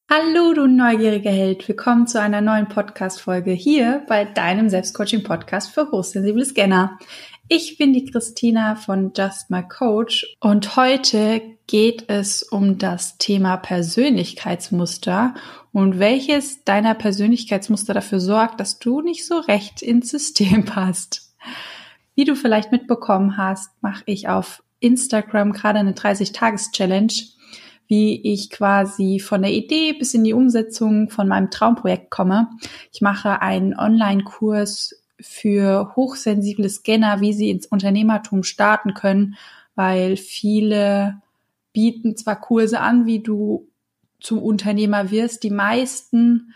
Hallo, du neugieriger Held. Willkommen zu einer neuen Podcast-Folge hier bei deinem Selbstcoaching-Podcast für hochsensible Scanner. Ich bin die Christina von Just My Coach und heute geht es um das Thema Persönlichkeitsmuster und welches deiner Persönlichkeitsmuster dafür sorgt, dass du nicht so recht ins System passt. Wie du vielleicht mitbekommen hast, mache ich auf Instagram gerade eine 30-Tages-Challenge, wie ich quasi von der Idee bis in die Umsetzung von meinem Traumprojekt komme. Ich mache einen Online-Kurs für hochsensible Scanner, wie sie ins Unternehmertum starten können, weil viele bieten zwar Kurse an, wie du zum Unternehmer wirst, die meisten,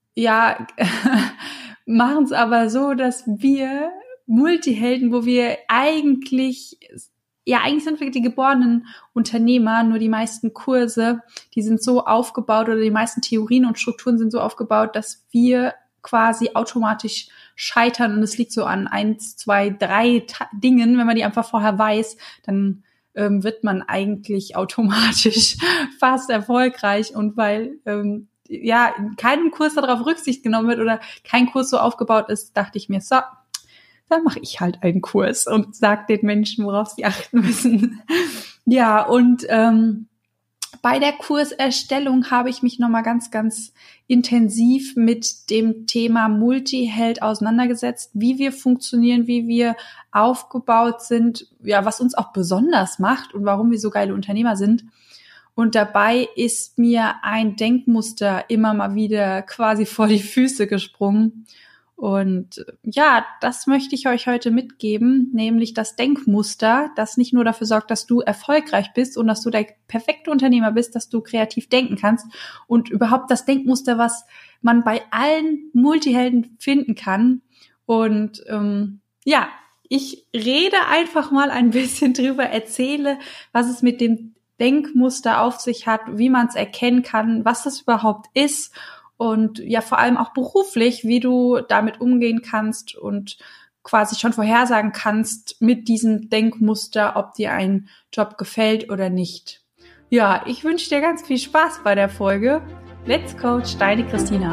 machen es aber so, dass wir Multihelden, wo wir eigentlich sind wir die geborenen Unternehmer, nur die meisten Kurse, die sind so aufgebaut oder die meisten Theorien und Strukturen sind so aufgebaut, dass wir quasi automatisch scheitern und es liegt so an 1, 2, 3 Dingen, wenn man die einfach vorher weiß, dann wird man eigentlich automatisch fast erfolgreich und weil in keinem Kurs darauf Rücksicht genommen wird oder kein Kurs so aufgebaut ist, dachte ich mir, so, dann mache ich halt einen Kurs und sage den Menschen, worauf sie achten müssen. Ja, und bei der Kurserstellung habe ich mich nochmal ganz, ganz intensiv mit dem Thema Multiheld auseinandergesetzt, wie wir funktionieren, wie wir aufgebaut sind, ja, was uns auch besonders macht und warum wir so geile Unternehmer sind. Und dabei ist mir ein Denkmuster immer mal wieder quasi vor die Füße gesprungen. Und ja, das möchte ich euch heute mitgeben, nämlich das Denkmuster, das nicht nur dafür sorgt, dass du erfolgreich bist und dass du der perfekte Unternehmer bist, dass du kreativ denken kannst und überhaupt das Denkmuster, was man bei allen Multihelden finden kann. Und ich rede einfach mal ein bisschen drüber, erzähle, was es mit dem Denkmuster auf sich hat, wie man es erkennen kann, was das überhaupt ist. Und ja, vor allem auch beruflich, wie du damit umgehen kannst und quasi schon vorhersagen kannst mit diesem Denkmuster, ob dir ein Job gefällt oder nicht. Ja, ich wünsche dir ganz viel Spaß bei der Folge. Let's Coach, deine Christina.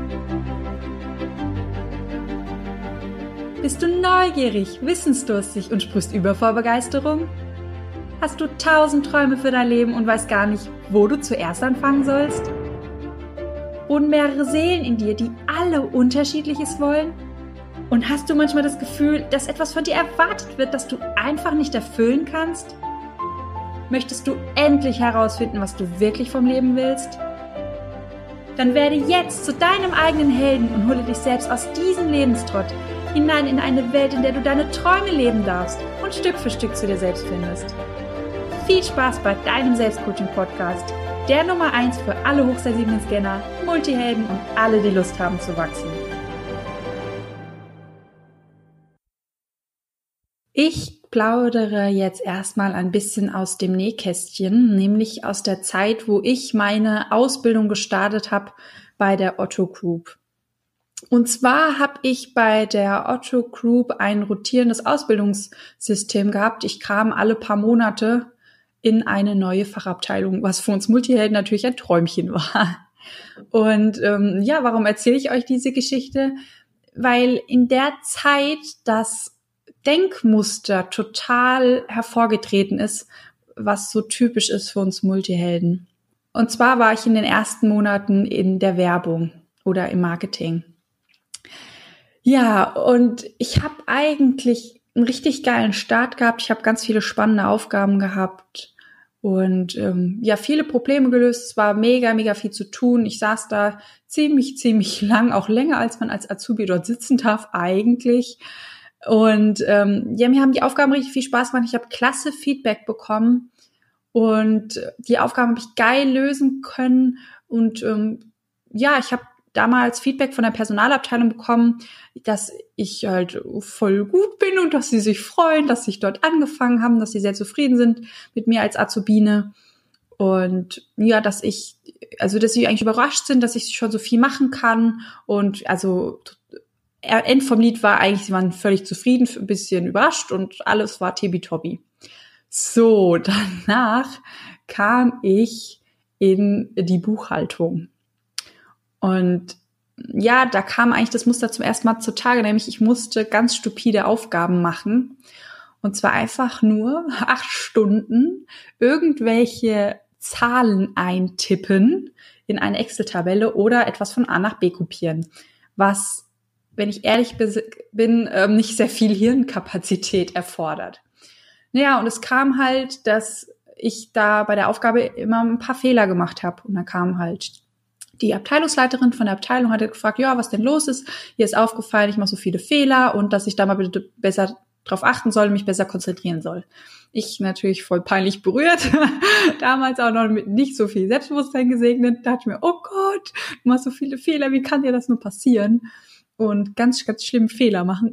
Bist du neugierig, wissensdurstig und sprichst über vor Begeisterung? Hast du 1000 Träume für dein Leben und weißt gar nicht, wo du zuerst anfangen sollst? Wohnen mehrere Seelen in dir, die alle Unterschiedliches wollen? Und hast du manchmal das Gefühl, dass etwas von dir erwartet wird, das du einfach nicht erfüllen kannst? Möchtest du endlich herausfinden, was du wirklich vom Leben willst? Dann werde jetzt zu deinem eigenen Helden und hole dich selbst aus diesem Lebenstrott hinein in eine Welt, in der du deine Träume leben darfst und Stück für Stück zu dir selbst findest. Viel Spaß bei deinem Selbstcoaching-Podcast. Der Nummer 1 für alle hochsensiblen Scanner, Multihelden und alle, die Lust haben zu wachsen. Ich plaudere jetzt erstmal ein bisschen aus dem Nähkästchen, nämlich aus der Zeit, wo ich meine Ausbildung gestartet habe bei der Otto Group. Und zwar habe ich bei der Otto Group ein rotierendes Ausbildungssystem gehabt. Ich kam alle paar Monate in eine neue Fachabteilung, was für uns Multihelden natürlich ein Träumchen war. Und warum erzähle ich euch diese Geschichte? Weil in der Zeit das Denkmuster total hervorgetreten ist, was so typisch ist für uns Multihelden. Und zwar war ich in den ersten Monaten in der Werbung oder im Marketing. Ja, und ich habe eigentlich einen richtig geilen Start gehabt. Ich habe ganz viele spannende Aufgaben gehabt und viele Probleme gelöst. Es war mega, mega viel zu tun. Ich saß da ziemlich lang, auch länger, als man als Azubi dort sitzen darf eigentlich. Und mir haben die Aufgaben richtig viel Spaß gemacht. Ich habe klasse Feedback bekommen und die Aufgaben habe ich geil lösen können. Und ich habe damals Feedback von der Personalabteilung bekommen, dass ich halt voll gut bin und dass sie sich freuen, dass ich dort angefangen haben, dass sie sehr zufrieden sind mit mir als Azubine. Und ja, dass sie eigentlich überrascht sind, dass ich schon so viel machen kann. Und also End vom Lied war eigentlich, sie waren völlig zufrieden, ein bisschen überrascht und alles war tippitoppi. So, danach kam ich in die Buchhaltung. Und ja, da kam eigentlich das Muster zum ersten Mal zutage, nämlich ich musste ganz stupide Aufgaben machen. Und zwar einfach nur 8 Stunden irgendwelche Zahlen eintippen in eine Excel-Tabelle oder etwas von A nach B kopieren. Was, wenn ich ehrlich bin, nicht sehr viel Hirnkapazität erfordert. Naja, und es kam halt, dass ich da bei der Aufgabe immer ein paar Fehler gemacht habe. Und dann kam halt die Abteilungsleiterin von der Abteilung, hat gefragt, ja, was denn los ist? Ihr ist aufgefallen, ich mache so viele Fehler und dass ich da mal bitte besser drauf achten soll, mich besser konzentrieren soll. Ich natürlich voll peinlich berührt, damals auch noch mit nicht so viel Selbstbewusstsein gesegnet, dachte mir, oh Gott, du machst so viele Fehler, wie kann dir das nur passieren? Und ganz, ganz schlimm Fehler machen,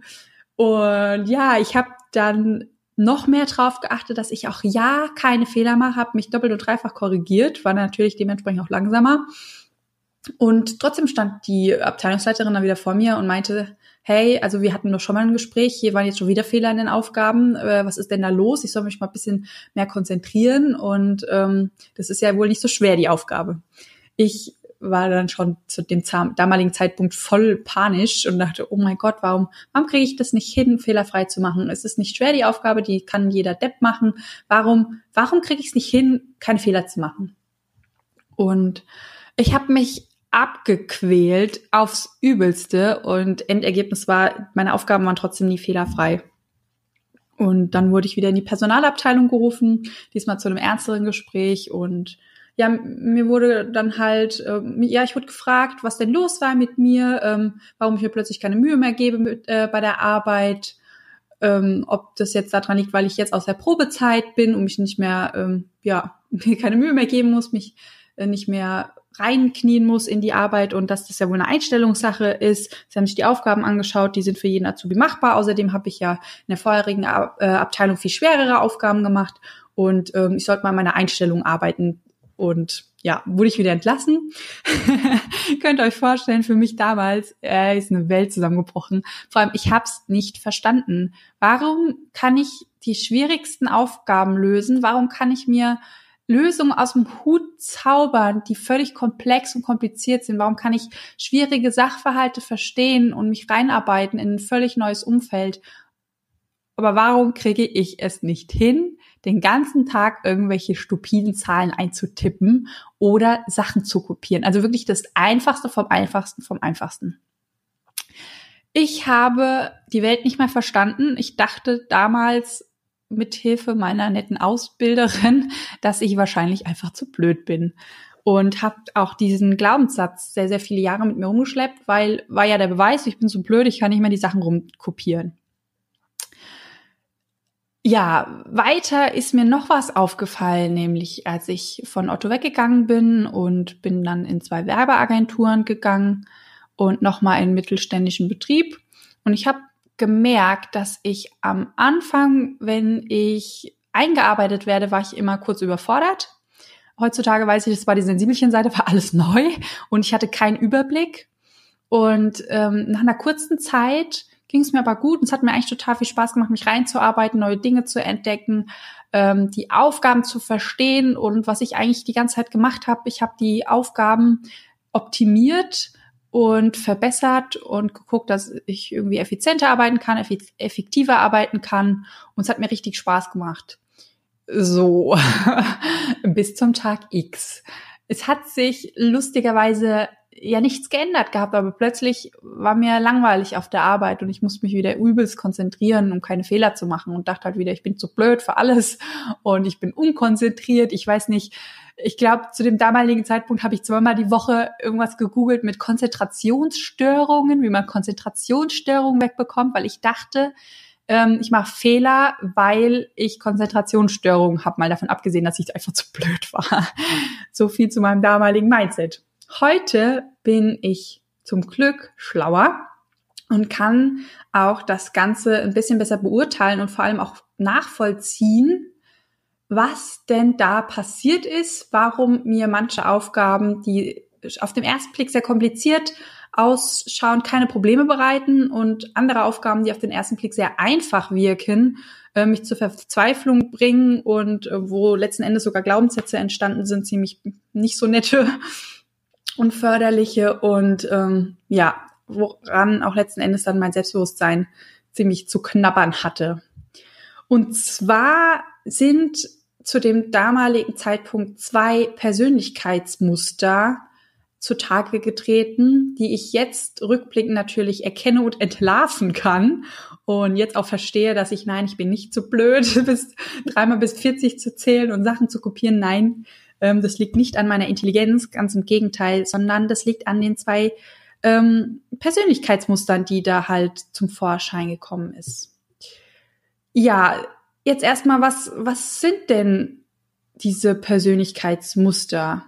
Und ja, ich habe dann noch mehr drauf geachtet, dass ich auch keine Fehler mache, habe mich doppelt und dreifach korrigiert, war natürlich dementsprechend auch langsamer. Und trotzdem stand die Abteilungsleiterin dann wieder vor mir und meinte, hey, also wir hatten doch schon mal ein Gespräch, hier waren jetzt schon wieder Fehler in den Aufgaben, was ist denn da los? Ich soll mich mal ein bisschen mehr konzentrieren und das ist ja wohl nicht so schwer, die Aufgabe. Ich war dann schon zu dem damaligen Zeitpunkt voll panisch und dachte, oh mein Gott, warum kriege ich das nicht hin, fehlerfrei zu machen? Es ist nicht schwer, die Aufgabe, die kann jeder Depp machen. Warum kriege ich es nicht hin, keine Fehler zu machen? Und ich habe mich abgequält aufs Übelste und Endergebnis war, meine Aufgaben waren trotzdem nie fehlerfrei. Und dann wurde ich wieder in die Personalabteilung gerufen, diesmal zu einem ernsteren Gespräch und ja, mir wurde dann halt, ich wurde gefragt, was denn los war mit mir, warum ich mir plötzlich keine Mühe mehr gebe bei der Arbeit, ob das jetzt daran liegt, weil ich jetzt aus der Probezeit bin und mich nicht mehr, mir keine Mühe mehr geben muss, mich nicht mehr reinknien muss in die Arbeit und dass das ja wohl eine Einstellungssache ist. Sie haben sich die Aufgaben angeschaut, die sind für jeden Azubi machbar. Außerdem habe ich ja in der vorherigen Abteilung viel schwerere Aufgaben gemacht und ich sollte mal an meiner Einstellung arbeiten. Und ja, wurde ich wieder entlassen. Könnt ihr euch vorstellen, für mich damals ist eine Welt zusammengebrochen. Vor allem, ich habe es nicht verstanden. Warum kann ich die schwierigsten Aufgaben lösen? Warum kann ich mir Lösungen aus dem Hut zaubern, die völlig komplex und kompliziert sind? Warum kann ich schwierige Sachverhalte verstehen und mich reinarbeiten in ein völlig neues Umfeld? Aber warum kriege ich es nicht hin, den ganzen Tag irgendwelche stupiden Zahlen einzutippen oder Sachen zu kopieren? Also wirklich das Einfachste vom Einfachsten vom Einfachsten. Ich habe die Welt nicht mehr verstanden. Ich dachte damals mit Hilfe meiner netten Ausbilderin, dass ich wahrscheinlich einfach zu blöd bin. Und habe auch diesen Glaubenssatz sehr, sehr viele Jahre mit mir rumgeschleppt, weil war ja der Beweis, ich bin zu blöd, ich kann nicht mehr die Sachen rumkopieren. Ja, weiter ist mir noch was aufgefallen, nämlich als ich von Otto weggegangen bin und bin dann in 2 Werbeagenturen gegangen und nochmal in einen mittelständischen Betrieb. Und ich habe gemerkt, dass ich am Anfang, wenn ich eingearbeitet werde, war ich immer kurz überfordert. Heutzutage weiß ich, das war die Sensibelchen-Seite, war alles neu und ich hatte keinen Überblick. Und nach einer kurzen Zeit ging es mir aber gut und es hat mir eigentlich total viel Spaß gemacht, mich reinzuarbeiten, neue Dinge zu entdecken, die Aufgaben zu verstehen und was ich eigentlich die ganze Zeit gemacht habe, ich habe die Aufgaben optimiert und verbessert und geguckt, dass ich irgendwie effizienter arbeiten kann, effektiver arbeiten kann und es hat mir richtig Spaß gemacht. So, bis zum Tag X. Es hat sich lustigerweise ja nichts geändert gehabt, aber plötzlich war mir langweilig auf der Arbeit und ich musste mich wieder übelst konzentrieren, um keine Fehler zu machen und dachte halt wieder, ich bin zu blöd für alles und ich bin unkonzentriert, ich weiß nicht, ich glaube, zu dem damaligen Zeitpunkt habe ich 2-mal die Woche irgendwas gegoogelt mit Konzentrationsstörungen, wie man Konzentrationsstörungen wegbekommt, weil ich dachte, ich mache Fehler, weil ich Konzentrationsstörungen habe, mal davon abgesehen, dass ich einfach zu blöd war. So viel zu meinem damaligen Mindset. Heute bin ich zum Glück schlauer und kann auch das Ganze ein bisschen besser beurteilen und vor allem auch nachvollziehen, was denn da passiert ist, warum mir manche Aufgaben, die auf den ersten Blick sehr kompliziert ausschauen, keine Probleme bereiten und andere Aufgaben, die auf den ersten Blick sehr einfach wirken, mich zur Verzweiflung bringen und wo letzten Endes sogar Glaubenssätze entstanden sind, ziemlich nicht so nette. unförderliche und ja, woran auch letzten Endes dann mein Selbstbewusstsein ziemlich zu knabbern hatte. Und zwar sind zu dem damaligen Zeitpunkt 2 Persönlichkeitsmuster zutage getreten, die ich jetzt rückblickend natürlich erkenne und entlarven kann und jetzt auch verstehe, dass ich bin nicht so blöd, bis 3 bis 40 zu zählen und Sachen zu kopieren. Nein, das liegt nicht an meiner Intelligenz, ganz im Gegenteil, sondern das liegt an den 2 Persönlichkeitsmustern, die da halt zum Vorschein gekommen ist. Ja, jetzt erstmal, was sind denn diese Persönlichkeitsmuster?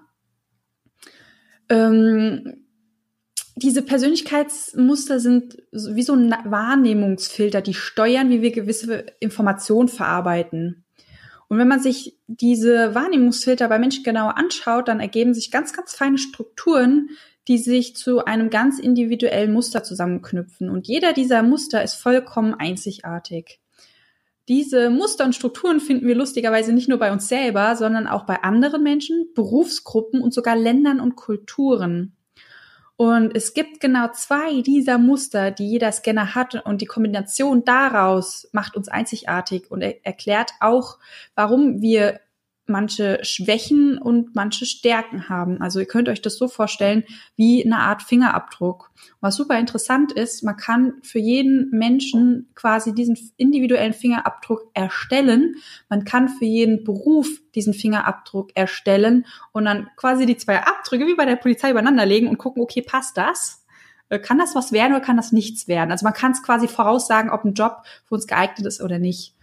Diese Persönlichkeitsmuster sind wie so ein Wahrnehmungsfilter, die steuern, wie wir gewisse Informationen verarbeiten. Und wenn man sich diese Wahrnehmungsfilter bei Menschen genauer anschaut, dann ergeben sich ganz, ganz feine Strukturen, die sich zu einem ganz individuellen Muster zusammenknüpfen. Und jeder dieser Muster ist vollkommen einzigartig. Diese Muster und Strukturen finden wir lustigerweise nicht nur bei uns selber, sondern auch bei anderen Menschen, Berufsgruppen und sogar Ländern und Kulturen. Und es gibt genau 2 dieser Muster, die jeder Scanner hat, und die Kombination daraus macht uns einzigartig und erklärt auch, warum wir manche Schwächen und manche Stärken haben. Also ihr könnt euch das so vorstellen wie eine Art Fingerabdruck. Was super interessant ist, man kann für jeden Menschen quasi diesen individuellen Fingerabdruck erstellen. Man kann für jeden Beruf diesen Fingerabdruck erstellen und dann quasi die 2 Abdrücke wie bei der Polizei übereinander legen und gucken, okay, passt das? Kann das was werden oder kann das nichts werden? Also man kann es quasi voraussagen, ob ein Job für uns geeignet ist oder nicht.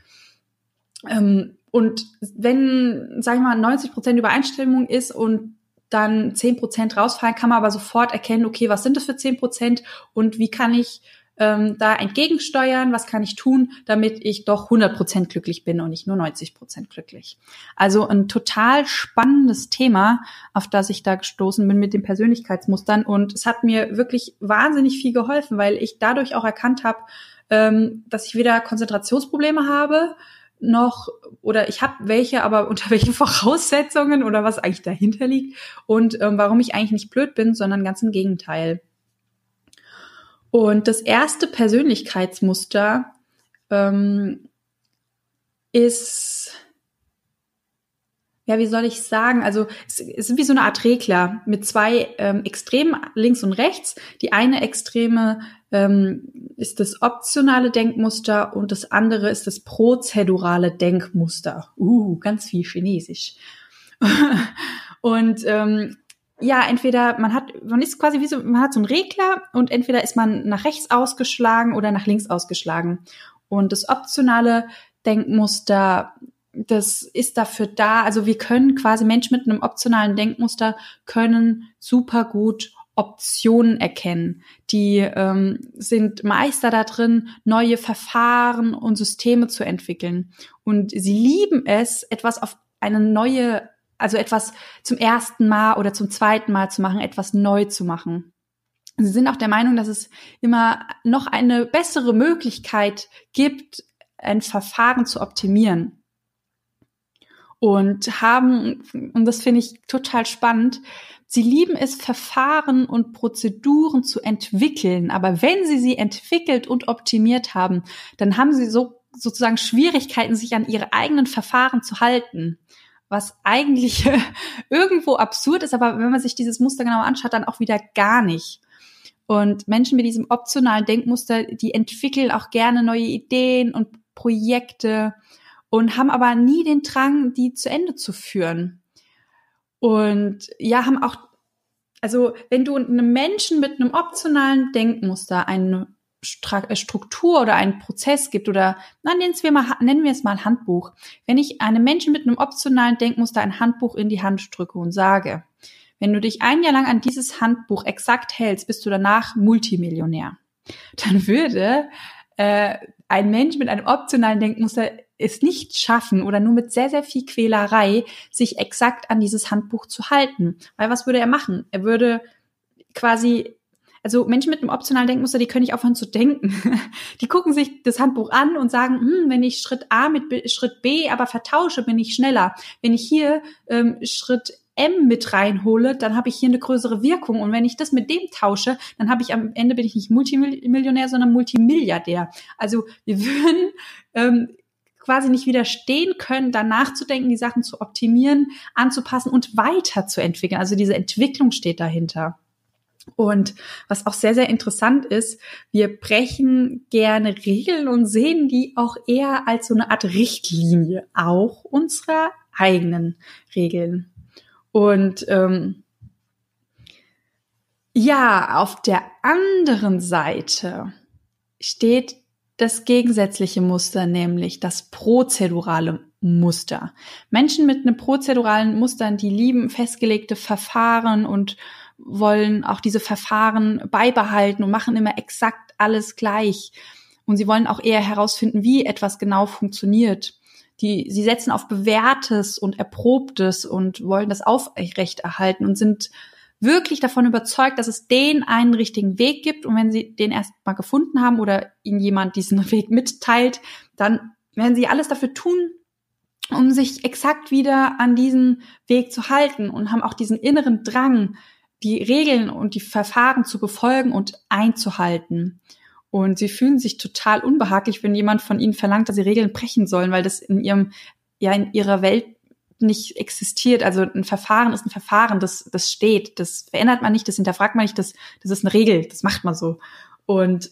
Und wenn, sag ich mal, 90% Übereinstimmung ist und dann 10% rausfallen, kann man aber sofort erkennen, okay, was sind das für 10% und wie kann ich da entgegensteuern, was kann ich tun, damit ich doch 100% glücklich bin und nicht nur 90% glücklich. Also ein total spannendes Thema, auf das ich da gestoßen bin mit den Persönlichkeitsmustern, und es hat mir wirklich wahnsinnig viel geholfen, weil ich dadurch auch erkannt habe, dass ich weder Konzentrationsprobleme habe, oder ich habe welche, aber unter welchen Voraussetzungen oder was eigentlich dahinter liegt und warum ich eigentlich nicht blöd bin, sondern ganz im Gegenteil. Und das erste Persönlichkeitsmuster ist, ja, wie soll ich sagen, also es ist wie so eine Art Regler mit 2 Extremen links und rechts. Die eine Extreme ist das optionale Denkmuster und das andere ist das prozedurale Denkmuster. Ganz viel Chinesisch. Und ja, entweder man ist quasi man hat so einen Regler und entweder ist man nach rechts ausgeschlagen oder nach links ausgeschlagen. Und das optionale Denkmuster, das ist dafür da, also wir können quasi, Menschen mit einem optionalen Denkmuster können super gut Optionen erkennen. Die sind Meister da drin, neue Verfahren und Systeme zu entwickeln. Und sie lieben es, etwas etwas zum ersten Mal oder zum zweiten Mal zu machen, etwas neu zu machen. Sie sind auch der Meinung, dass es immer noch eine bessere Möglichkeit gibt, ein Verfahren zu optimieren. Und das finde ich total spannend, sie lieben es, Verfahren und Prozeduren zu entwickeln. Aber wenn sie entwickelt und optimiert haben, dann haben sie sozusagen Schwierigkeiten, sich an ihre eigenen Verfahren zu halten. Was eigentlich irgendwo absurd ist, aber wenn man sich dieses Muster genauer anschaut, dann auch wieder gar nicht. Und Menschen mit diesem optionalen Denkmuster, die entwickeln auch gerne neue Ideen und Projekte und haben aber nie den Drang, die zu Ende zu führen. Und ja, haben auch, also wenn du einem Menschen mit einem optionalen Denkmuster eine Struktur oder einen Prozess gibt oder nennen wir es mal Handbuch. Wenn ich einem Menschen mit einem optionalen Denkmuster ein Handbuch in die Hand drücke und sage, wenn du dich 1 Jahr lang an dieses Handbuch exakt hältst, bist du danach Multimillionär. Dann würde ein Mensch mit einem optionalen Denkmuster es nicht schaffen oder nur mit sehr, sehr viel Quälerei sich exakt an dieses Handbuch zu halten. Weil was würde er machen? Er würde quasi, also Menschen mit einem optionalen Denkmuster, die können nicht aufhören zu denken. Die gucken sich das Handbuch an und sagen, wenn ich Schritt A mit Schritt B aber vertausche, bin ich schneller. Wenn ich hier Schritt M mit reinhole, dann habe ich hier eine größere Wirkung. Und wenn ich das mit dem tausche, dann habe ich am Ende bin ich nicht Multimillionär, sondern Multimilliardär. Also wir würden quasi nicht widerstehen können, da nachzudenken, die Sachen zu optimieren, anzupassen und weiterzuentwickeln. Also diese Entwicklung steht dahinter. Und was auch sehr, sehr interessant ist, wir brechen gerne Regeln und sehen die auch eher als so eine Art Richtlinie, auch unserer eigenen Regeln. Und auf der anderen Seite steht das gegensätzliche Muster, nämlich das prozedurale Muster. Menschen mit einem prozeduralen Mustern, die lieben festgelegte Verfahren und wollen auch diese Verfahren beibehalten und machen immer exakt alles gleich. Und sie wollen auch eher herausfinden, wie etwas genau funktioniert. Sie setzen auf Bewährtes und Erprobtes und wollen das aufrechterhalten und sind wirklich davon überzeugt, dass es den einen richtigen Weg gibt. Und wenn sie den erst mal gefunden haben oder ihnen jemand diesen Weg mitteilt, dann werden sie alles dafür tun, um sich exakt wieder an diesen Weg zu halten und haben auch diesen inneren Drang, die Regeln und die Verfahren zu befolgen und einzuhalten. Und sie fühlen sich total unbehaglich, wenn jemand von ihnen verlangt, dass sie Regeln brechen sollen, weil das in ihrer Welt nicht existiert. Also ein Verfahren ist ein Verfahren, das steht, das verändert man nicht, das hinterfragt man nicht, das ist eine Regel, das macht man so. Und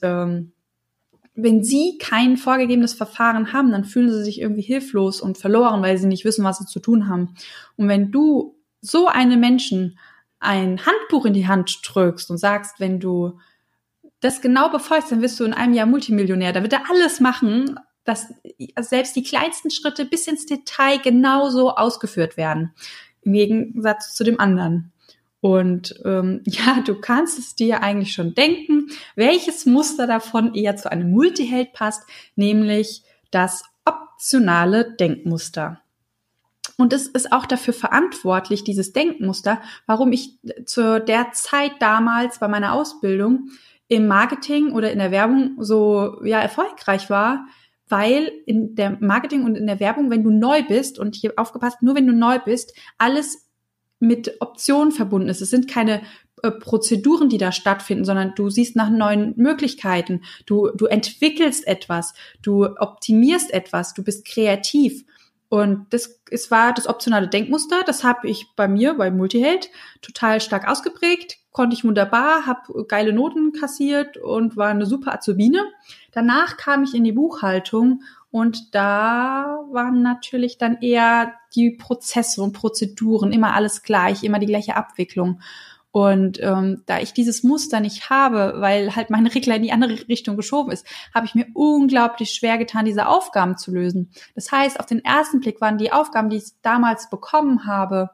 wenn sie kein vorgegebenes Verfahren haben, dann fühlen sie sich irgendwie hilflos und verloren, weil sie nicht wissen, was sie zu tun haben. Und wenn du so einem Menschen ein Handbuch in die Hand drückst und sagst, wenn du das genau befolgst, dann wirst du in einem Jahr Multimillionär. Da wird er alles machen, dass selbst die kleinsten Schritte bis ins Detail genauso ausgeführt werden, im Gegensatz zu dem anderen. Und du kannst es dir eigentlich schon denken, welches Muster davon eher zu einem Multiheld passt, nämlich das optionale Denkmuster. Und es ist auch dafür verantwortlich, dieses Denkmuster, warum ich zu der Zeit damals bei meiner Ausbildung im Marketing oder in der Werbung so erfolgreich war, weil in der Marketing und in der Werbung, wenn du neu bist, und hier aufgepasst, nur wenn du neu bist, alles mit Optionen verbunden ist. Es sind keine Prozeduren, die da stattfinden, sondern du siehst nach neuen Möglichkeiten. Du entwickelst etwas, du optimierst etwas, du bist kreativ. Und es war das optionale Denkmuster, das habe ich bei mir, bei Multiheld, total stark ausgeprägt, konnte ich wunderbar, habe geile Noten kassiert und war eine super Azubine. Danach kam ich in die Buchhaltung und da waren natürlich dann eher die Prozesse und Prozeduren, immer alles gleich, immer die gleiche Abwicklung. Und da ich dieses Muster nicht habe, weil halt meine Regler in die andere Richtung geschoben ist, habe ich mir unglaublich schwer getan, diese Aufgaben zu lösen. Das heißt, auf den ersten Blick waren die Aufgaben, die ich damals bekommen habe,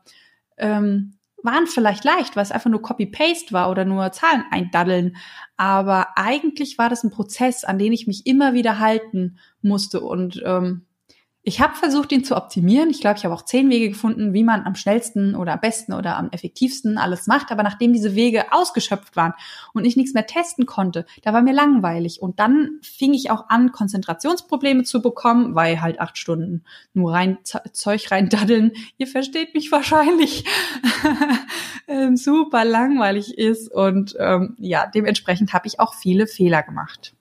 waren vielleicht leicht, weil es einfach nur Copy-Paste war oder nur Zahlen eindaddeln. Aber eigentlich war das ein Prozess, an den ich mich immer wieder halten musste. Und ich habe versucht, ihn zu optimieren. Ich glaube, ich habe auch 10 Wege gefunden, wie man am schnellsten oder am besten oder am effektivsten alles macht. Aber nachdem diese Wege ausgeschöpft waren und ich nichts mehr testen konnte, da war mir langweilig. Und dann fing ich auch an, Konzentrationsprobleme zu bekommen, weil halt 8 Stunden nur Zeug reindaddeln, ihr versteht mich wahrscheinlich, super langweilig ist. Und dementsprechend habe ich auch viele Fehler gemacht.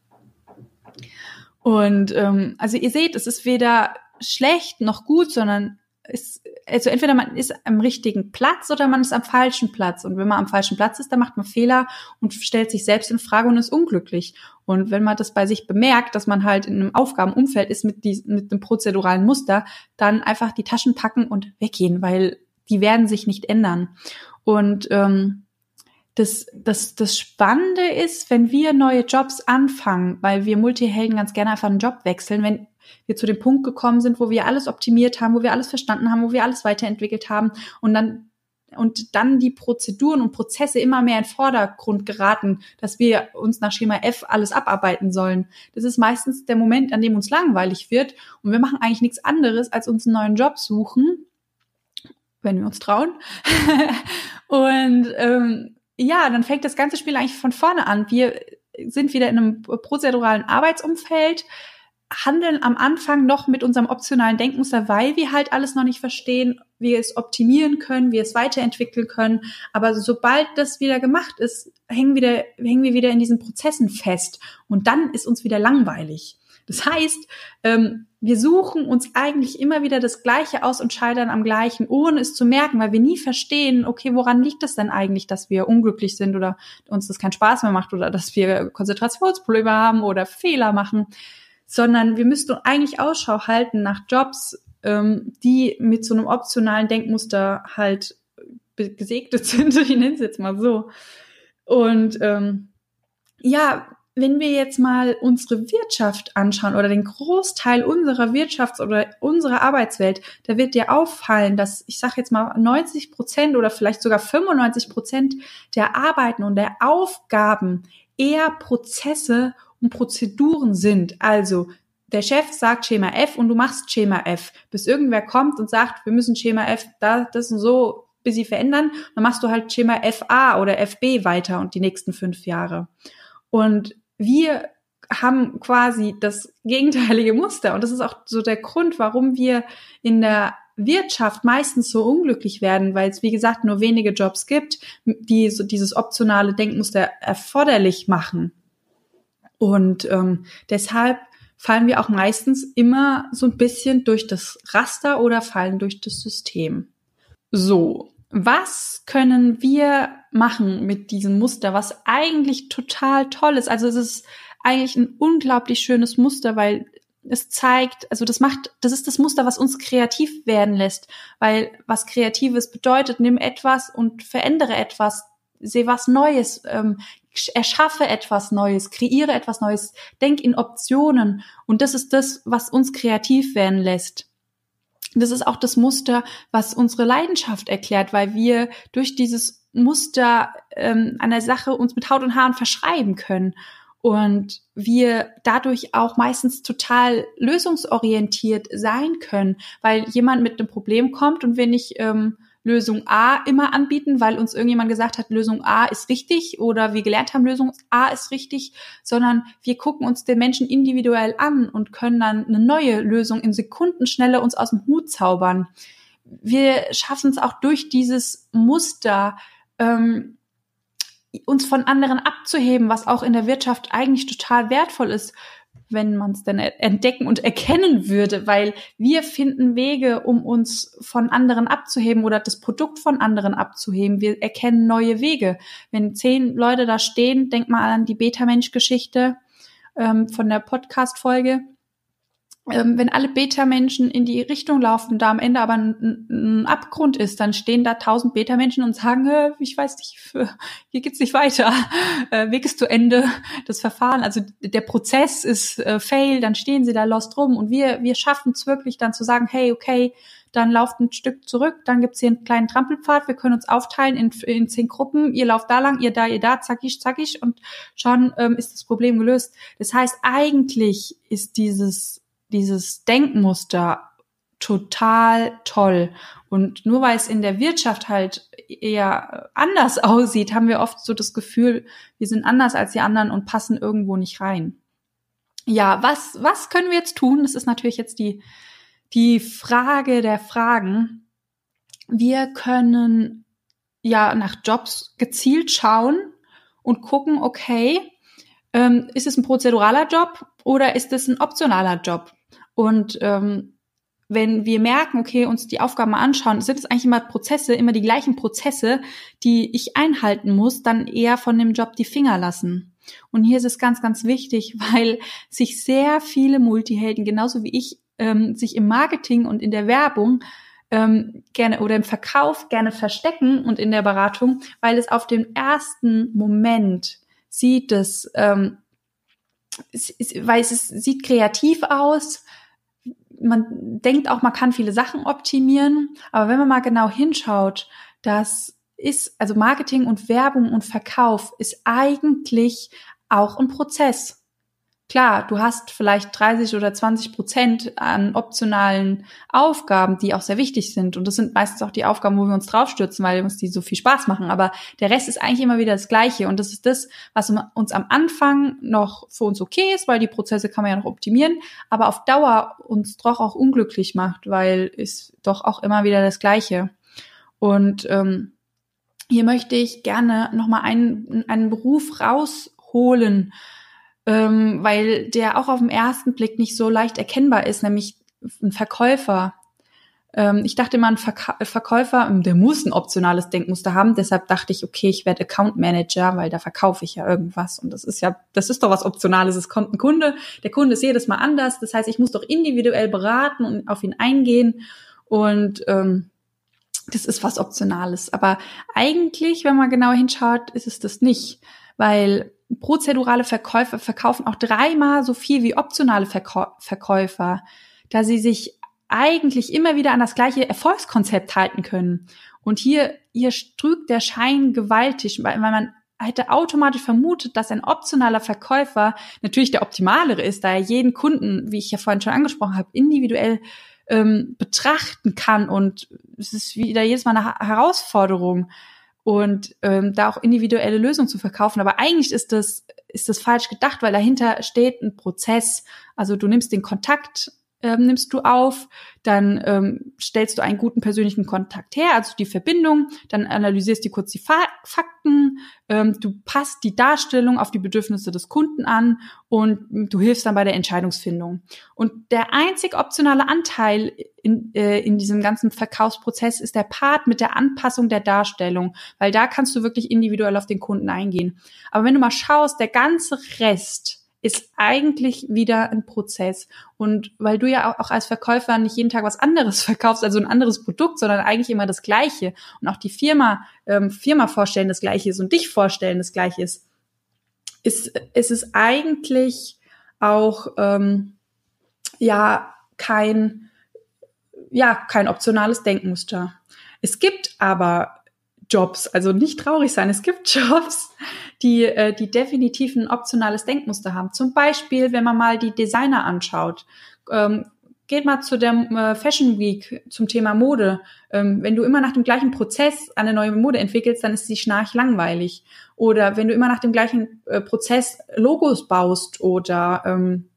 Und also ihr seht, es ist weder schlecht noch gut, sondern entweder man ist am richtigen Platz oder man ist am falschen Platz. Und wenn man am falschen Platz ist, dann macht man Fehler und stellt sich selbst in Frage und ist unglücklich. Und wenn man das bei sich bemerkt, dass man halt in einem Aufgabenumfeld ist mit einem prozeduralen Muster, dann einfach die Taschen packen und weggehen, weil die werden sich nicht ändern. Und das Spannende ist, wenn wir neue Jobs anfangen, weil wir Multihelden ganz gerne einfach einen Job wechseln, wenn wir zu dem Punkt gekommen sind, wo wir alles optimiert haben, wo wir alles verstanden haben, wo wir alles weiterentwickelt haben und dann die Prozeduren und Prozesse immer mehr in den Vordergrund geraten, dass wir uns nach Schema F alles abarbeiten sollen. Das ist meistens der Moment, an dem uns langweilig wird und wir machen eigentlich nichts anderes, als uns einen neuen Job suchen, wenn wir uns trauen. Und dann fängt das ganze Spiel eigentlich von vorne an. Wir sind wieder in einem prozeduralen Arbeitsumfeld, handeln am Anfang noch mit unserem optionalen Denkmuster, weil wir halt alles noch nicht verstehen, wir es optimieren können, wir es weiterentwickeln können. Aber sobald das wieder gemacht ist, hängen wir wieder in diesen Prozessen fest. Und dann ist uns wieder langweilig. Das heißt, wir suchen uns eigentlich immer wieder das Gleiche aus und scheitern am Gleichen, ohne es zu merken, weil wir nie verstehen, okay, woran liegt es denn eigentlich, dass wir unglücklich sind oder uns das keinen Spaß mehr macht oder dass wir Konzentrationsprobleme haben oder Fehler machen, sondern wir müssten eigentlich Ausschau halten nach Jobs, die mit so einem optionalen Denkmuster halt gesegnet sind. Ich nenne es jetzt mal so. Und wenn wir jetzt mal unsere Wirtschaft anschauen oder den Großteil unserer Wirtschafts- oder unserer Arbeitswelt, da wird dir auffallen, dass, ich sage jetzt mal 90% oder vielleicht sogar 95% der Arbeiten und der Aufgaben eher Prozesse und Prozeduren sind. Also der Chef sagt Schema F und du machst Schema F, bis irgendwer kommt und sagt, wir müssen Schema F das und so bis sie verändern. Dann machst du halt Schema FA oder FB weiter und die nächsten 5 Jahre. Und wir haben quasi das gegenteilige Muster. Und das ist auch so der Grund, warum wir in der Wirtschaft meistens so unglücklich werden, weil es, wie gesagt, nur wenige Jobs gibt, die so dieses optionale Denkmuster erforderlich machen. Und deshalb fallen wir auch meistens immer so ein bisschen durch das Raster oder fallen durch das System. So, was können wir machen mit diesem Muster, was eigentlich total toll ist? Also es ist eigentlich ein unglaublich schönes Muster, weil es zeigt, also das ist das Muster, was uns kreativ werden lässt, weil was Kreatives bedeutet, nimm etwas und verändere etwas, seh was Neues, erschaffe etwas Neues, kreiere etwas Neues, denk in Optionen und das ist das, was uns kreativ werden lässt. Das ist auch das Muster, was unsere Leidenschaft erklärt, weil wir durch dieses Muster einer Sache uns mit Haut und Haaren verschreiben können und wir dadurch auch meistens total lösungsorientiert sein können, weil jemand mit einem Problem kommt und wir nicht Lösung A immer anbieten, weil uns irgendjemand gesagt hat, Lösung A ist richtig oder wir gelernt haben, Lösung A ist richtig, sondern wir gucken uns den Menschen individuell an und können dann eine neue Lösung in Sekundenschnelle uns aus dem Hut zaubern. Wir schaffen es auch durch dieses Muster, uns von anderen abzuheben, was auch in der Wirtschaft eigentlich total wertvoll ist, wenn man es denn entdecken und erkennen würde, weil wir finden Wege, um uns von anderen abzuheben oder das Produkt von anderen abzuheben. Wir erkennen neue Wege. Wenn 10 Leute da stehen, denk mal an die Beta-Mensch-Geschichte von der Podcast-Folge. Wenn alle Beta-Menschen in die Richtung laufen, da am Ende aber ein Abgrund ist, dann stehen da 1000 Beta-Menschen und sagen, ich weiß nicht, hier geht's nicht weiter, Weg ist zu Ende, das Verfahren, also der Prozess ist fail, dann stehen sie da lost rum und wir schaffen es wirklich dann zu sagen, hey, okay, dann lauft ein Stück zurück, dann gibt's hier einen kleinen Trampelpfad, wir können uns aufteilen in 10 Gruppen, ihr lauft da lang, ihr da, zackig, und schon ist das Problem gelöst. Das heißt, eigentlich ist dieses Denkmuster total toll. Und nur weil es in der Wirtschaft halt eher anders aussieht, haben wir oft so das Gefühl, wir sind anders als die anderen und passen irgendwo nicht rein. Ja, was können wir jetzt tun? Das ist natürlich jetzt die Frage der Fragen. Wir können ja nach Jobs gezielt schauen und gucken, okay, ist es ein prozeduraler Job oder ist es ein optionaler Job? Und wenn wir merken, okay, uns die Aufgaben mal anschauen, sind es eigentlich immer die gleichen Prozesse, die ich einhalten muss, dann eher von dem Job die Finger lassen. Und hier ist es ganz, ganz wichtig, weil sich sehr viele Multihelden, genauso wie ich, sich im Marketing und in der Werbung gerne oder im Verkauf gerne verstecken und in der Beratung, weil es auf den ersten Moment sieht weil es sieht kreativ aus. Man denkt auch, man kann viele Sachen optimieren, aber wenn man mal genau hinschaut, also Marketing und Werbung und Verkauf ist eigentlich auch ein Prozess. Klar, du hast vielleicht 30 oder 20% an optionalen Aufgaben, die auch sehr wichtig sind. Und das sind meistens auch die Aufgaben, wo wir uns draufstürzen, weil uns die so viel Spaß machen. Aber der Rest ist eigentlich immer wieder das Gleiche. Und das ist das, was uns am Anfang noch für uns okay ist, weil die Prozesse kann man ja noch optimieren, aber auf Dauer uns doch auch unglücklich macht, weil es doch auch immer wieder das Gleiche. Und hier möchte ich gerne nochmal einen Beruf rausholen, weil der auch auf den ersten Blick nicht so leicht erkennbar ist, nämlich ein Verkäufer. Ich dachte immer, ein Verkäufer, der muss ein optionales Denkmuster haben. Deshalb dachte ich, okay, ich werde Account Manager, weil da verkaufe ich ja irgendwas. Und das ist doch was Optionales. Es kommt ein Kunde, der Kunde ist jedes Mal anders. Das heißt, ich muss doch individuell beraten und auf ihn eingehen. Und das ist was Optionales. Aber eigentlich, wenn man genauer hinschaut, ist es das nicht. Weil prozedurale Verkäufer verkaufen auch 3-mal so viel wie optionale Verkäufer, da sie sich eigentlich immer wieder an das gleiche Erfolgskonzept halten können. Und hier trügt der Schein gewaltig, weil man hätte automatisch vermutet, dass ein optionaler Verkäufer natürlich der optimalere ist, da er jeden Kunden, wie ich ja vorhin schon angesprochen habe, individuell betrachten kann. Und es ist wieder jedes Mal eine Herausforderung. Und da auch individuelle Lösungen zu verkaufen. Aber eigentlich ist das falsch gedacht, weil dahinter steht ein Prozess. Also du nimmst den Kontakt, nimmst du auf, dann stellst du einen guten persönlichen Kontakt her, also die Verbindung, dann analysierst du kurz die Fakten, du passt die Darstellung auf die Bedürfnisse des Kunden an und du hilfst dann bei der Entscheidungsfindung. Und der einzig optionale Anteil in diesem ganzen Verkaufsprozess ist der Part mit der Anpassung der Darstellung, weil da kannst du wirklich individuell auf den Kunden eingehen. Aber wenn du mal schaust, der ganze Rest ist eigentlich wieder ein Prozess. Und weil du ja auch als Verkäufer nicht jeden Tag was anderes verkaufst, also ein anderes Produkt, sondern eigentlich immer das Gleiche und auch die Firma vorstellen das Gleiche ist und dich vorstellen das Gleiche ist es eigentlich auch kein optionales Denkmuster. Es gibt aber Jobs, also nicht traurig sein, es gibt Jobs, die definitiv ein optionales Denkmuster haben. Zum Beispiel, wenn man mal die Designer anschaut, geht mal zu der Fashion Week zum Thema Mode. Wenn du immer nach dem gleichen Prozess eine neue Mode entwickelst, dann ist sie schnarchlangweilig. Oder wenn du immer nach dem gleichen Prozess Logos baust oder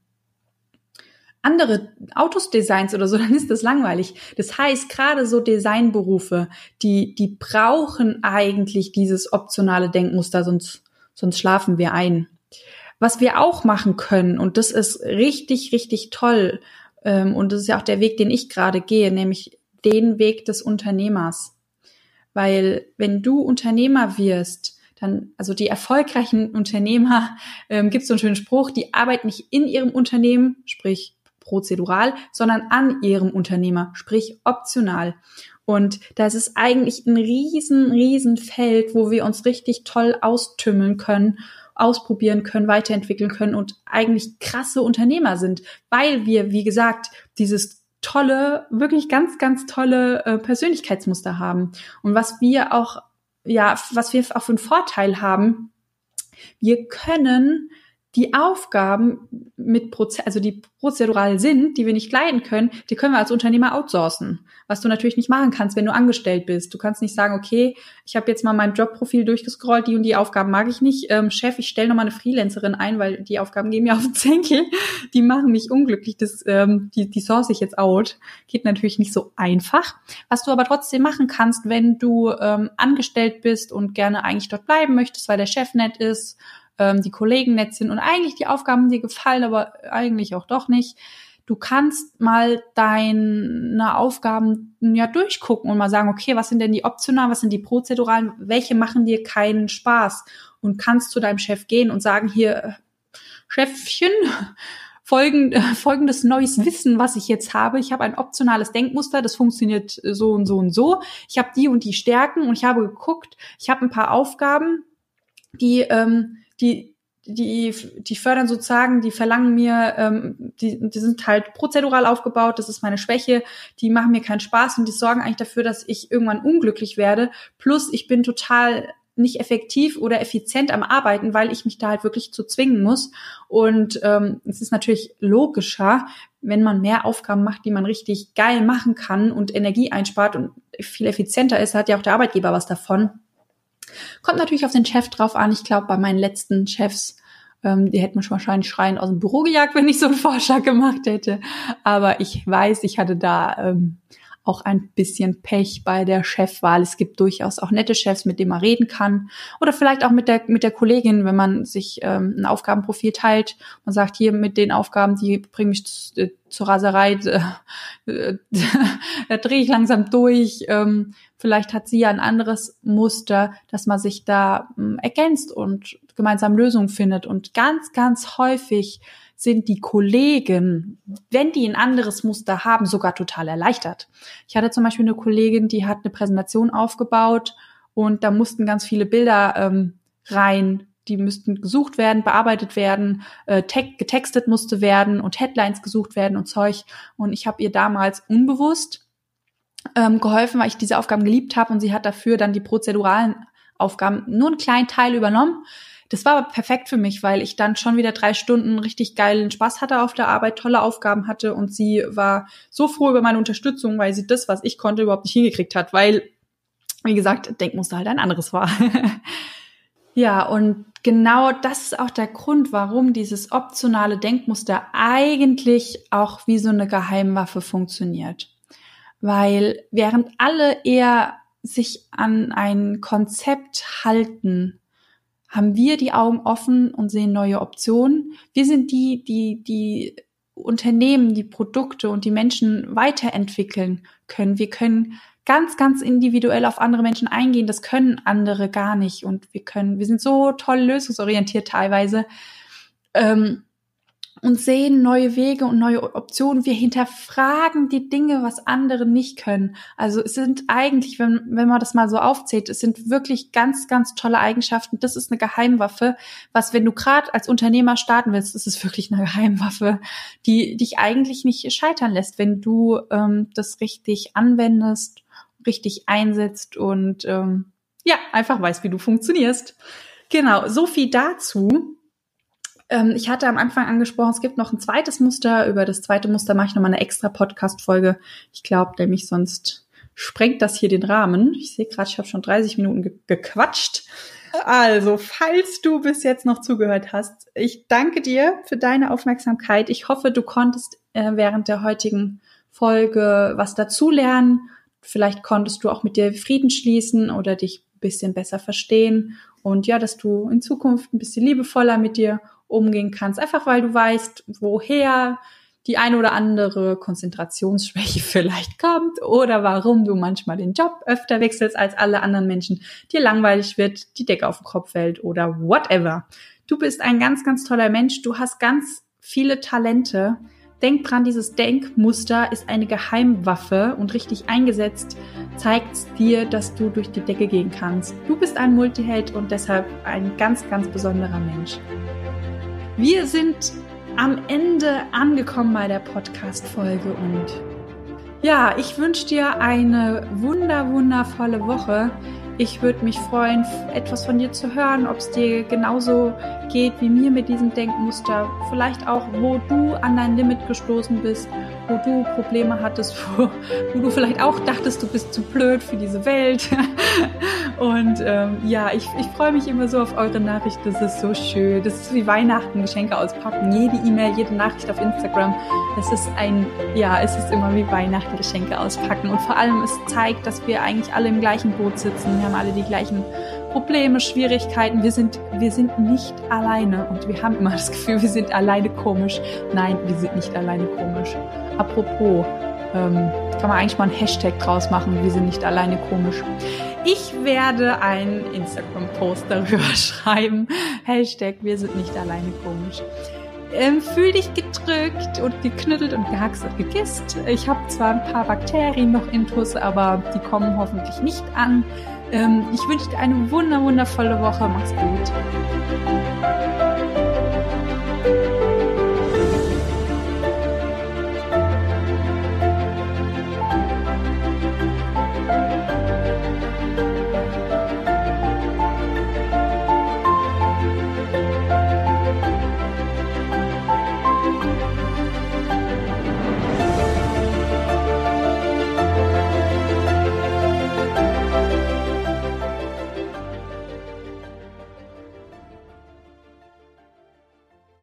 andere Autos designs oder so, dann ist das langweilig. Das heißt, gerade so Designberufe, die brauchen eigentlich dieses optionale Denkmuster, sonst schlafen wir ein. Was wir auch machen können, und das ist richtig, richtig toll, und das ist ja auch der Weg, den ich gerade gehe, nämlich den Weg des Unternehmers. Weil wenn du Unternehmer wirst, dann, also die erfolgreichen Unternehmer, gibt so einen schönen Spruch, die arbeiten nicht in ihrem Unternehmen, sprich prozedural, sondern an ihrem Unternehmer, sprich optional. Und das ist eigentlich ein riesen Feld, wo wir uns richtig toll austümmeln können, ausprobieren können, weiterentwickeln können und eigentlich krasse Unternehmer sind, weil wir, wie gesagt, dieses tolle, wirklich ganz, ganz tolle Persönlichkeitsmuster haben. Und was wir auch für einen Vorteil haben, wir können die Aufgaben die prozedural sind, die wir nicht leiten können, die können wir als Unternehmer outsourcen. Was du natürlich nicht machen kannst, wenn du angestellt bist. Du kannst nicht sagen, okay, ich habe jetzt mal mein Jobprofil durchgescrollt, die und die Aufgaben mag ich nicht. Chef, ich stelle nochmal eine Freelancerin ein, weil die Aufgaben gehen mir auf den Zenkel. Die machen mich unglücklich. Die source ich jetzt out. Geht natürlich nicht so einfach. Was du aber trotzdem machen kannst, wenn du angestellt bist und gerne eigentlich dort bleiben möchtest, weil der Chef nett ist, die Kollegen nett sind und eigentlich die Aufgaben dir gefallen, aber eigentlich auch doch nicht. Du kannst mal deine Aufgaben durchgucken und mal sagen, okay, was sind denn die optionalen, was sind die prozeduralen, welche machen dir keinen Spaß? Und kannst zu deinem Chef gehen und sagen, hier, Chefchen, folgendes neues Wissen, was ich jetzt habe. Ich habe ein optionales Denkmuster, das funktioniert so und so und so. Ich habe die und die Stärken und ich habe geguckt, ich habe ein paar Aufgaben, die fördern sozusagen, die verlangen mir, die sind halt prozedural aufgebaut, das ist meine Schwäche, die machen mir keinen Spaß und die sorgen eigentlich dafür, dass ich irgendwann unglücklich werde. Plus ich bin total nicht effektiv oder effizient am Arbeiten, weil ich mich da halt wirklich zu zwingen muss. Und es ist natürlich logischer, wenn man mehr Aufgaben macht, die man richtig geil machen kann und Energie einspart und viel effizienter ist, hat ja auch der Arbeitgeber was davon. Kommt natürlich auf den Chef drauf an. Ich glaube, bei meinen letzten Chefs, die hätten mich wahrscheinlich schreiend aus dem Büro gejagt, wenn ich so einen Vorschlag gemacht hätte. Aber ich weiß, ich hatte da auch ein bisschen Pech bei der Chefwahl. Es gibt durchaus auch nette Chefs, mit denen man reden kann. Oder vielleicht auch mit der Kollegin, wenn man sich ein Aufgabenprofil teilt. Man sagt, hier mit den Aufgaben, die bringen mich zur Raserei, da drehe ich langsam durch. Vielleicht hat sie ja ein anderes Muster, dass man sich da ergänzt und gemeinsam Lösungen findet. Und ganz, ganz häufig sind die Kollegen, wenn die ein anderes Muster haben, sogar total erleichtert. Ich hatte zum Beispiel eine Kollegin, die hat eine Präsentation aufgebaut und da mussten ganz viele Bilder rein. Die müssten gesucht werden, bearbeitet werden, getextet musste werden und Headlines gesucht werden und Zeug. Und ich habe ihr damals unbewusst geholfen, weil ich diese Aufgaben geliebt habe und sie hat dafür dann die prozeduralen Aufgaben nur einen kleinen Teil übernommen. Das war aber perfekt für mich, weil ich dann schon wieder 3 Stunden richtig geilen Spaß hatte auf der Arbeit, tolle Aufgaben hatte und sie war so froh über meine Unterstützung, weil sie das, was ich konnte, überhaupt nicht hingekriegt hat, weil, wie gesagt, Denkmuster halt ein anderes war. Ja, und genau das ist auch der Grund, warum dieses optionale Denkmuster eigentlich auch wie so eine Geheimwaffe funktioniert. Weil während alle eher sich an ein Konzept halten, haben wir die Augen offen und sehen neue Optionen. Wir sind die Unternehmen, die Produkte und die Menschen weiterentwickeln können. Wir können ganz, ganz individuell auf andere Menschen eingehen. Das können andere gar nicht. Und wir sind so toll lösungsorientiert teilweise, und sehen neue Wege und neue Optionen. Wir hinterfragen die Dinge, was andere nicht können. Also es sind eigentlich, wenn man das mal so aufzählt, es sind wirklich ganz, ganz tolle Eigenschaften. Das ist eine Geheimwaffe, was, wenn du gerade als Unternehmer starten willst, das ist wirklich eine Geheimwaffe, die dich eigentlich nicht scheitern lässt, wenn du das richtig anwendest, richtig einsetzt und einfach weißt, wie du funktionierst. Genau, so viel dazu. Ich hatte am Anfang angesprochen, es gibt noch ein zweites Muster. Über das zweite Muster mache ich nochmal eine extra Podcast-Folge. Ich glaube nämlich, sonst sprengt das hier den Rahmen. Ich sehe gerade, ich habe schon 30 Minuten gequatscht. Also, falls du bis jetzt noch zugehört hast, ich danke dir für deine Aufmerksamkeit. Ich hoffe, du konntest während der heutigen Folge was dazulernen. Vielleicht konntest du auch mit dir Frieden schließen oder dich ein bisschen besser verstehen. Und ja, dass du in Zukunft ein bisschen liebevoller mit dir umgehen kannst, einfach weil du weißt, woher die eine oder andere Konzentrationsschwäche vielleicht kommt oder warum du manchmal den Job öfter wechselst als alle anderen Menschen, dir langweilig wird, die Decke auf den Kopf fällt oder whatever. Du bist ein ganz, ganz toller Mensch, du hast ganz viele Talente. Denk dran, dieses Denkmuster ist eine Geheimwaffe und richtig eingesetzt zeigt es dir, dass du durch die Decke gehen kannst. Du bist ein Multiheld und deshalb ein ganz, ganz besonderer Mensch. Wir sind am Ende angekommen bei der Podcast-Folge und ja, ich wünsche dir eine wundervolle Woche. Ich würde mich freuen, etwas von dir zu hören, ob es dir genauso geht wie mir mit diesem Denkmuster. Vielleicht auch, wo du an dein Limit gestoßen bist, wo du Probleme hattest, wo du vielleicht auch dachtest, du bist zu blöd für diese Welt. Und ich freue mich immer so auf eure Nachrichten. Das ist so schön. Das ist wie Weihnachten, Geschenke auspacken. Jede E-Mail, jede Nachricht auf Instagram. Es ist immer wie Weihnachten, Geschenke auspacken. Und vor allem, es zeigt, dass wir eigentlich alle im gleichen Boot sitzen. Wir haben alle die gleichen Probleme, Schwierigkeiten. Wir sind nicht alleine. Und wir haben immer das Gefühl, wir sind alleine komisch. Nein, wir sind nicht alleine komisch. Apropos, kann man eigentlich mal einen Hashtag draus machen, wir sind nicht alleine komisch. Ich werde einen Instagram-Post darüber schreiben. Hashtag, wir sind nicht alleine komisch. Fühl dich gedrückt und geknüttelt und gehaxt und gekisst. Ich habe zwar ein paar Bakterien noch intus, aber die kommen hoffentlich nicht an. Ich wünsche dir eine wundervolle Woche. Mach's gut.